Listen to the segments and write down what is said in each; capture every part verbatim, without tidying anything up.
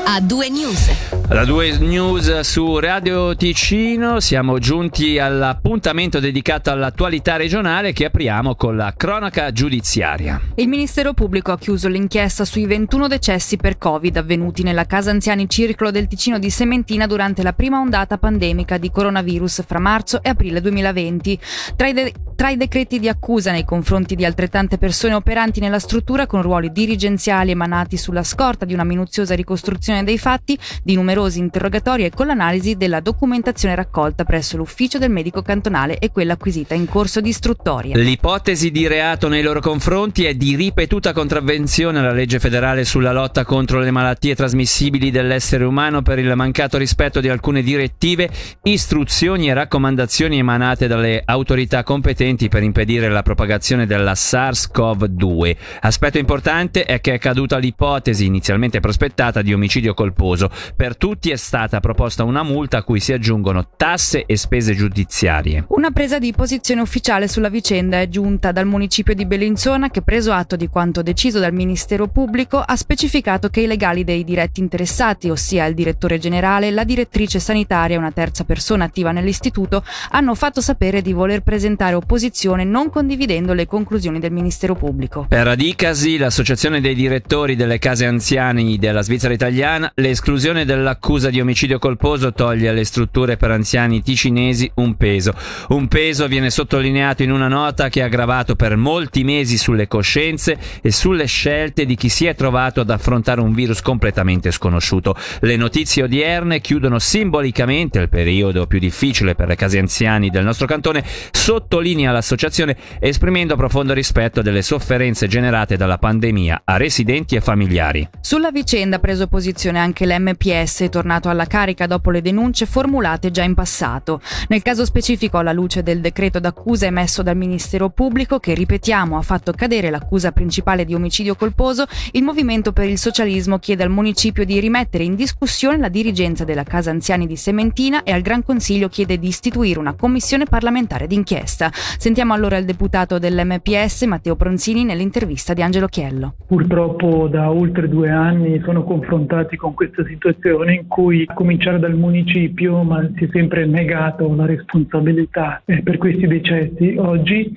A due News. La due News su Radio Ticino, siamo giunti all'appuntamento dedicato all'attualità regionale che apriamo con la cronaca giudiziaria. Il Ministero Pubblico ha chiuso l'inchiesta sui ventuno decessi per Covid avvenuti nella Casa Anziani Circolo del Ticino di Sementina durante la prima ondata pandemica di coronavirus fra marzo e aprile duemilaventi. Tra i, de- tra i decreti di accusa nei confronti di altrettante persone operanti nella struttura con ruoli dirigenziali emanati sulla scorta di una minuziosa ricostruzione dei fatti, di numerosi interrogatori e con l'analisi della documentazione raccolta presso l'ufficio del medico cantonale e quella acquisita in corso di istruttoria. L'ipotesi di reato nei loro confronti è di ripetuta contravvenzione alla legge federale sulla lotta contro le malattie trasmissibili dell'essere umano per il mancato rispetto di alcune direttive, istruzioni e raccomandazioni emanate dalle autorità competenti per impedire la propagazione della SARS-CoV due. Aspetto importante è che è caduta l'ipotesi inizialmente prospettata di omicidio colposo. Per tutti è stata proposta una multa a cui si aggiungono tasse e spese giudiziarie. Una presa di posizione ufficiale sulla vicenda è giunta dal municipio di Bellinzona che, preso atto di quanto deciso dal Ministero Pubblico, ha specificato che i legali dei diretti interessati, ossia il direttore generale, la direttrice sanitaria e una terza persona attiva nell'istituto, hanno fatto sapere di voler presentare opposizione non condividendo le conclusioni del Ministero Pubblico. Per Adicasi, l'associazione dei direttori delle case anziani della Svizzera italiana, l'esclusione dell'accusa di omicidio colposo toglie alle strutture per anziani ticinesi un peso. Un peso viene sottolineato in una nota che ha gravato per molti mesi sulle coscienze e sulle scelte di chi si è trovato ad affrontare un virus completamente sconosciuto. Le notizie odierne chiudono simbolicamente il periodo più difficile per le case anziani del nostro cantone, sottolinea l'associazione, esprimendo profondo rispetto delle sofferenze generate dalla pandemia a residenti e familiari. Sulla vicenda ha preso posizione anche l'M P S, tornato alla carica dopo le denunce formulate già in passato. Nel caso specifico, alla luce del decreto d'accusa emesso dal Ministero Pubblico, che ripetiamo ha fatto cadere l'accusa principale di omicidio colposo, il Movimento per il Socialismo chiede al municipio di rimettere in discussione la dirigenza della Casa Anziani di Sementina e al Gran Consiglio chiede di istituire una commissione parlamentare d'inchiesta. Sentiamo allora il deputato dell'M P S, Matteo Pronzini, nell'intervista di Angelo Chiello. Purtroppo da oltre due anni sono confrontati con questa situazione in cui, a cominciare dal municipio, ma si è sempre negato la responsabilità eh, per questi decessi. Oggi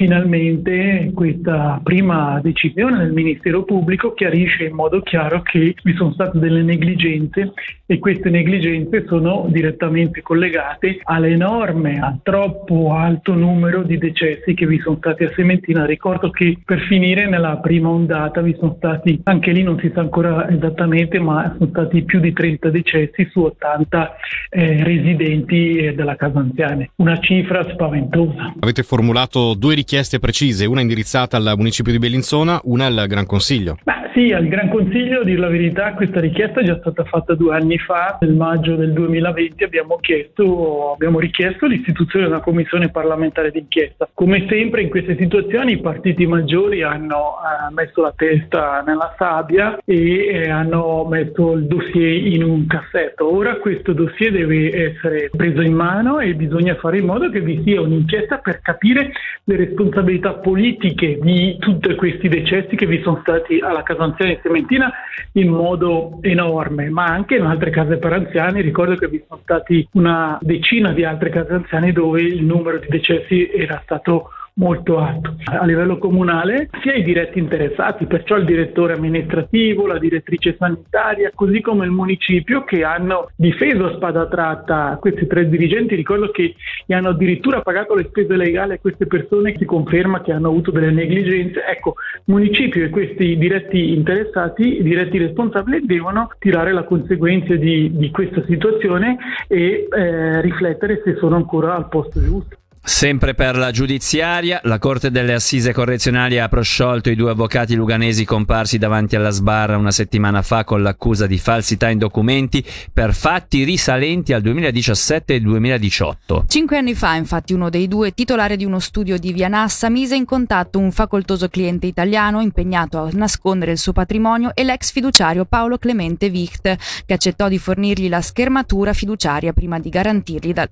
finalmente questa prima decisione del Ministero Pubblico chiarisce in modo chiaro che vi sono state delle negligenze e queste negligenze sono direttamente collegate all'enorme, al troppo alto numero di decessi che vi sono stati a Sementina. Ricordo che per finire nella prima ondata vi sono stati, anche lì non si sa ancora esattamente, ma sono stati più di trenta decessi su ottanta eh, residenti eh, della Casa Anziane. Una cifra spaventosa. Avete formulato due richieste precise, una indirizzata al municipio di Bellinzona, una al Gran Consiglio. Beh, sì, al Gran Consiglio, a dir la verità, questa richiesta è già stata fatta due anni fa. Nel maggio del duemilaventi abbiamo chiesto, abbiamo richiesto l'istituzione di una commissione parlamentare d'inchiesta. Come sempre in queste situazioni i partiti maggiori hanno eh, messo la testa nella sabbia e eh, hanno messo il dossier in un cassetto. Ora questo dossier deve essere preso in mano e bisogna fare in modo che vi sia un'inchiesta per capire le responsabilità politiche di tutti questi decessi che vi sono stati alla Casa Anziani di Sementina in modo enorme, ma anche in altre case per anziani. Ricordo che vi sono stati una decina di altre case anziani dove il numero di decessi era stato molto alto. A livello comunale sia i diretti interessati, perciò il direttore amministrativo, la direttrice sanitaria, così come il municipio, che hanno difeso a spada tratta questi tre dirigenti. Ricordo che gli hanno addirittura pagato le spese legali a queste persone, si conferma che hanno avuto delle negligenze. Ecco, municipio e questi diretti interessati, i diretti responsabili, devono tirare le conseguenze di, di questa situazione e eh, riflettere se sono ancora al posto giusto. Sempre per la giudiziaria, la Corte delle Assise Correzionali ha prosciolto i due avvocati luganesi comparsi davanti alla sbarra una settimana fa con l'accusa di falsità in documenti per fatti risalenti al duemiladiciassette e duemiladiciotto. Cinque anni fa, infatti, uno dei due, titolare di uno studio di Via Nassa, mise in contatto un facoltoso cliente italiano impegnato a nascondere il suo patrimonio e l'ex fiduciario Paolo Clemente Wicht, che accettò di fornirgli la schermatura fiduciaria prima di garantirgli da...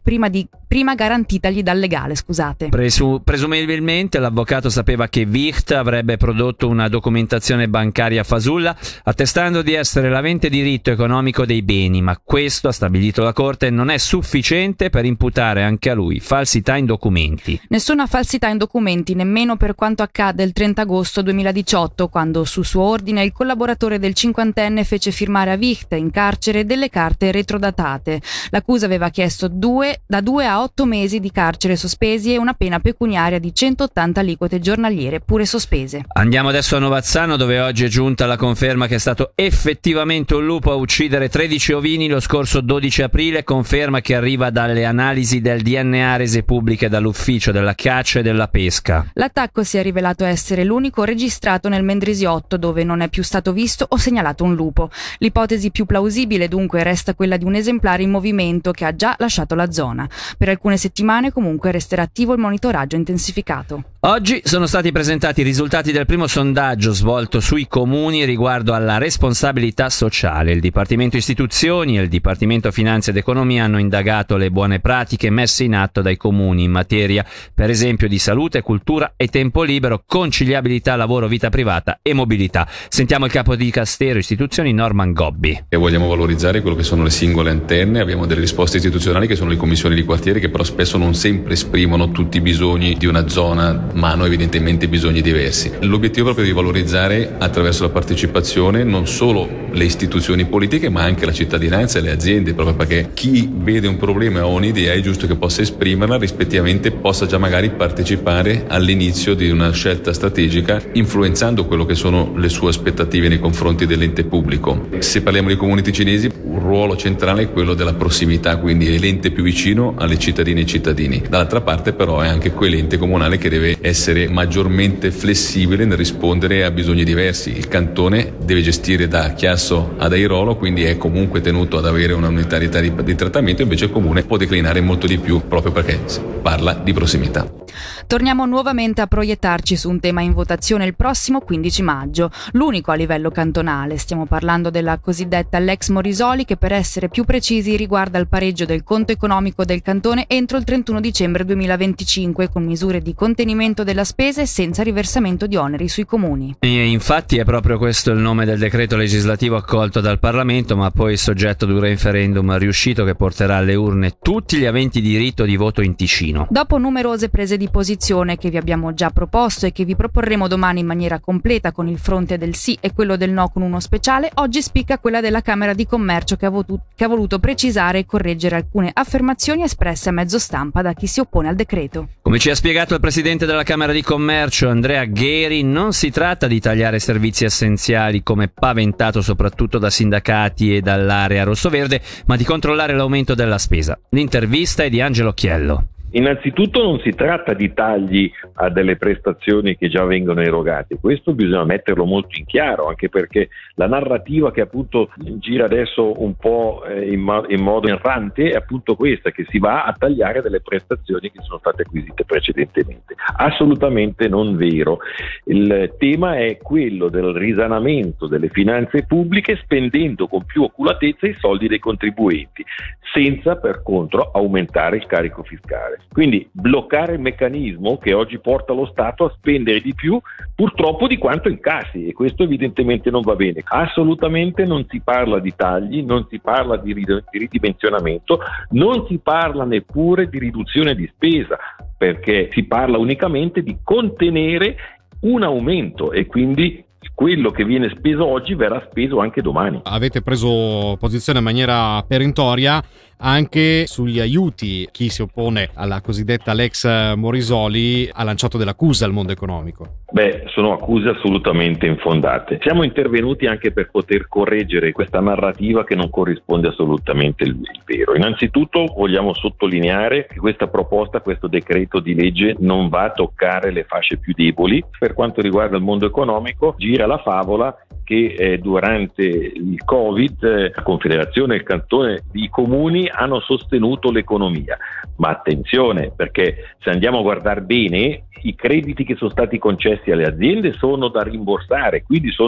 prima, di, prima garantitagli dal legale, scusate. Presu- presumibilmente l'avvocato sapeva che Wicht avrebbe prodotto una documentazione bancaria fasulla attestando di essere l'avente diritto economico dei beni, ma questo, ha stabilito la Corte, non è sufficiente per imputare anche a lui falsità in documenti. Nessuna falsità in documenti, nemmeno per quanto accadde il trenta agosto duemiladiciotto, quando su suo ordine il collaboratore del cinquantenne fece firmare a Wicht in carcere delle carte retrodatate. L'accusa aveva chiesto due, da due a otto mesi di carcere sospesi e una pena pecuniaria di centottanta aliquote giornaliere pure sospese. Andiamo adesso a Novazzano, dove oggi è giunta la conferma che è stato effettivamente un lupo a uccidere tredici ovini lo scorso dodici aprile, conferma che arriva dalle analisi del D N A rese pubbliche dall'Ufficio della Caccia e della Pesca. L'attacco si è rivelato essere l'unico registrato nel Mendrisiotto, dove non è più stato visto o segnalato un lupo. L'ipotesi più plausibile dunque resta quella di un esemplare in movimento che ha già lasciato la zona. Per alcune settimane comunque resterà attivo il monitoraggio intensificato. Oggi sono stati presentati i risultati del primo sondaggio svolto sui comuni riguardo alla responsabilità sociale. Il Dipartimento Istituzioni e il Dipartimento Finanze ed Economia hanno indagato le buone pratiche messe in atto dai comuni in materia, per esempio di salute, cultura e tempo libero, conciliabilità, lavoro, vita privata e mobilità. Sentiamo il capo di Dicastero Istituzioni, Norman Gobbi. E vogliamo valorizzare quello che sono le singole antenne, abbiamo delle risposte istituzionali che sono le commissioni di quartiere, che però spesso non sempre esprimono tutti i bisogni di una zona, ma hanno evidentemente bisogni diversi. L'obiettivo è proprio di valorizzare attraverso la partecipazione non solo le istituzioni politiche ma anche la cittadinanza e le aziende, proprio perché chi vede un problema o un'idea è giusto che possa esprimerla, rispettivamente possa già magari partecipare all'inizio di una scelta strategica, influenzando quello che sono le sue aspettative nei confronti dell'ente pubblico. Se parliamo di comuni ticinesi, un ruolo centrale è quello della prossimità, quindi è l'ente più vicino alle cittadine e cittadini. Dall'altra parte però è anche quell'ente comunale che deve essere maggiormente flessibile nel rispondere a bisogni diversi. Il cantone deve gestire da Chiasso ad Airolo, quindi è comunque tenuto ad avere una unitarietà di, di trattamento, invece il comune può declinare molto di più proprio perché si parla di prossimità. Torniamo nuovamente a proiettarci su un tema in votazione il prossimo quindici maggio, l'unico a livello cantonale. Stiamo parlando della cosiddetta Lex Morisoli, che per essere più precisi riguarda il pareggio del conto economico del cantone entro il trentuno dicembre duemilaventicinque, con misure di contenimento della spesa e senza riversamento di oneri sui comuni. E infatti è proprio questo il nome del decreto legislativo accolto dal Parlamento, ma poi soggetto ad un referendum riuscito che porterà alle urne tutti gli aventi diritto di voto in Ticino. Dopo numerose prese di posizione che vi abbiamo già proposto e che vi proporremo domani in maniera completa, con il fronte del sì e quello del no con uno speciale, oggi spicca quella della Camera di Commercio, che ha, votu- che ha voluto precisare e correggere alcune affermazioni espresse a mezzo stampa da chi si oppone al decreto. Come ci ha spiegato il presidente della Camera di Commercio, Andrea Gheri, non si tratta di tagliare servizi essenziali come paventato soprattutto da sindacati e dall'area rossoverde, ma di controllare l'aumento della spesa. L'intervista è di Angelo Chiello. Innanzitutto non si tratta di tagli a delle prestazioni che già vengono erogate, questo bisogna metterlo molto in chiaro, anche perché la narrativa che appunto gira adesso un po' in, mo- in modo errante è appunto questa, che si va a tagliare delle prestazioni che sono state acquisite precedentemente. Assolutamente non vero. Il tema è quello del risanamento delle finanze pubbliche, spendendo con più oculatezza i soldi dei contribuenti, senza per contro aumentare il carico fiscale. Quindi bloccare il meccanismo che oggi porta lo Stato a spendere di più purtroppo di quanto incassi, e questo evidentemente non va bene. Assolutamente non si parla di tagli, non si parla di ridimensionamento, non si parla neppure di riduzione di spesa, perché si parla unicamente di contenere un aumento e quindi quello che viene speso oggi verrà speso anche domani. Avete preso posizione in maniera perentoria anche sugli aiuti. Chi si oppone alla cosiddetta Lex Morisoli ha lanciato delle accuse al mondo economico. Beh, sono accuse assolutamente infondate. Siamo intervenuti anche per poter correggere questa narrativa che non corrisponde assolutamente al vero. Innanzitutto vogliamo sottolineare che questa proposta, questo decreto di legge non va a toccare le fasce più deboli. Per quanto riguarda il mondo economico, gira la favola che eh, durante il Covid eh, la Confederazione e il Cantone di Comuni hanno sostenuto l'economia. Ma attenzione, perché se andiamo a guardare bene, i crediti che sono stati concessi alle aziende sono da rimborsare, quindi sono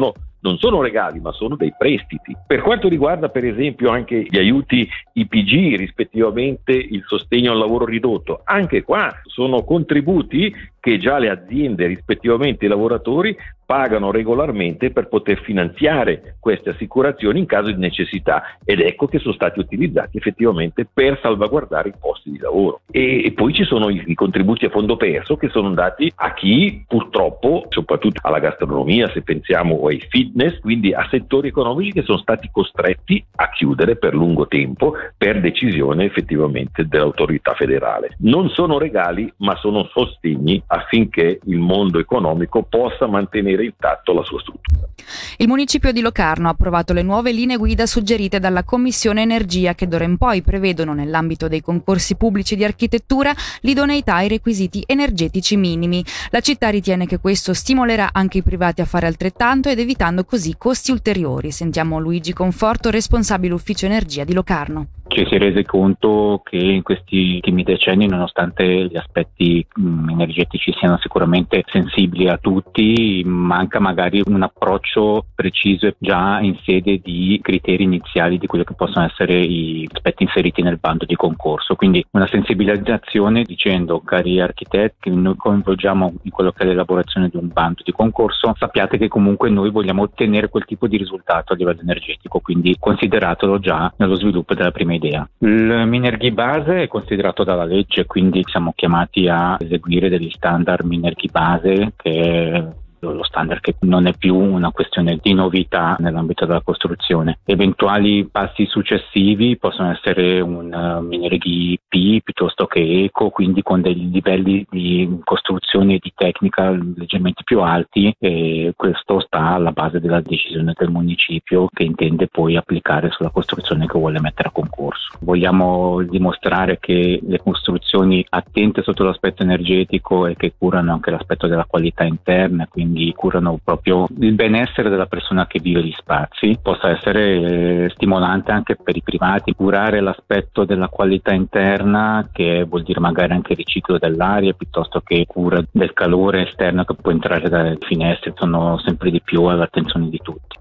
non sono regali ma sono dei prestiti. Per quanto riguarda per esempio anche gli aiuti I P G, rispettivamente il sostegno al lavoro ridotto, anche qua sono contributi che già le aziende, rispettivamente i lavoratori, pagano regolarmente per poter finanziare queste assicurazioni in caso di necessità, ed ecco che sono stati utilizzati effettivamente per salvaguardare i posti di lavoro. E, e poi ci sono i, i contributi a fondo perso che sono dati a chi purtroppo, soprattutto alla gastronomia, se pensiamo, o ai fitness, quindi a settori economici che sono stati costretti a chiudere per lungo tempo per decisione effettivamente dell'autorità federale. Non sono regali ma sono sostegni affinché il mondo economico possa mantenere intatto la sua struttura. Il municipio di Locarno ha approvato le nuove linee guida suggerite dalla Commissione Energia, che d'ora in poi prevedono nell'ambito dei concorsi pubblici di architettura l'idoneità ai requisiti energetici minimi. La città ritiene che questo stimolerà anche i privati a fare altrettanto ed evitando così costi ulteriori. Sentiamo Luigi Conforto, responsabile ufficio energia di Locarno. Ci si è resi conto che in questi ultimi decenni, nonostante gli aspetti mh, energetici siano sicuramente sensibili a tutti, manca magari un approccio preciso già in sede di criteri iniziali di quelli che possono essere gli aspetti inseriti nel bando di concorso. Quindi una sensibilizzazione dicendo: cari architetti, noi coinvolgiamo in quello che è l'elaborazione di un bando di concorso, sappiate che comunque noi vogliamo ottenere quel tipo di risultato a livello energetico, quindi consideratelo già nello sviluppo della prima idea. Il Minerghi base è considerato dalla legge, quindi siamo chiamati a eseguire degli standard Minerghi base, che è lo standard che non è più una questione di novità nell'ambito della costruzione. Eventuali passi successivi possono essere un uh, Minerghi P piuttosto che Eco, quindi con dei livelli di costruzione e di tecnica leggermente più alti, e questo sta alla base della decisione del municipio, che intende poi applicare sulla costruzione che vuole mettere a concorso. Vogliamo dimostrare che le costruzioni attente sotto l'aspetto energetico e che curano anche l'aspetto della qualità interna, quindi curano proprio il benessere della persona che vive gli spazi, possa essere eh, stimolante anche per i privati. Curare l'aspetto della qualità interna, che vuol dire magari anche riciclo dell'aria piuttosto che cura del calore esterno che può entrare dalle finestre, sono sempre di più all'attenzione di tutti.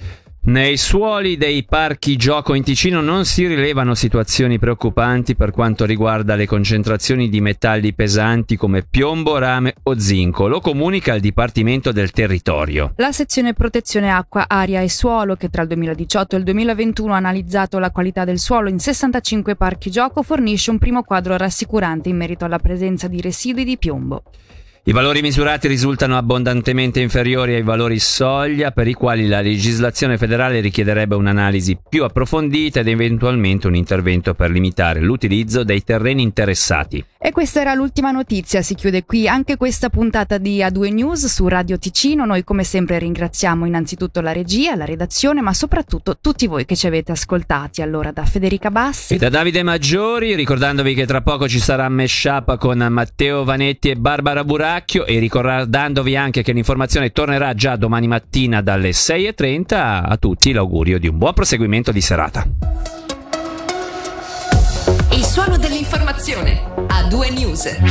Nei suoli dei parchi gioco in Ticino non si rilevano situazioni preoccupanti per quanto riguarda le concentrazioni di metalli pesanti come piombo, rame o zinco. Lo comunica il Dipartimento del Territorio. La sezione protezione acqua, aria e suolo, che tra il duemiladiciotto e il duemilaventuno ha analizzato la qualità del suolo in sessantacinque parchi gioco, fornisce un primo quadro rassicurante in merito alla presenza di residui di piombo. I valori misurati risultano abbondantemente inferiori ai valori soglia, per i quali la legislazione federale richiederebbe un'analisi più approfondita ed eventualmente un intervento per limitare l'utilizzo dei terreni interessati. E questa era l'ultima notizia, si chiude qui anche questa puntata di A due News su Radio Ticino. Noi come sempre ringraziamo innanzitutto la regia, la redazione, ma soprattutto tutti voi che ci avete ascoltati. Allora, da Federica Bassi e da Davide Maggiori, ricordandovi che tra poco ci sarà Mashup con Matteo Vanetti e Barbara Buracchio, e ricordandovi anche che l'informazione tornerà già domani mattina dalle sei e trenta. A tutti l'augurio di un buon proseguimento di serata. Il suono dell'informazione. A due News.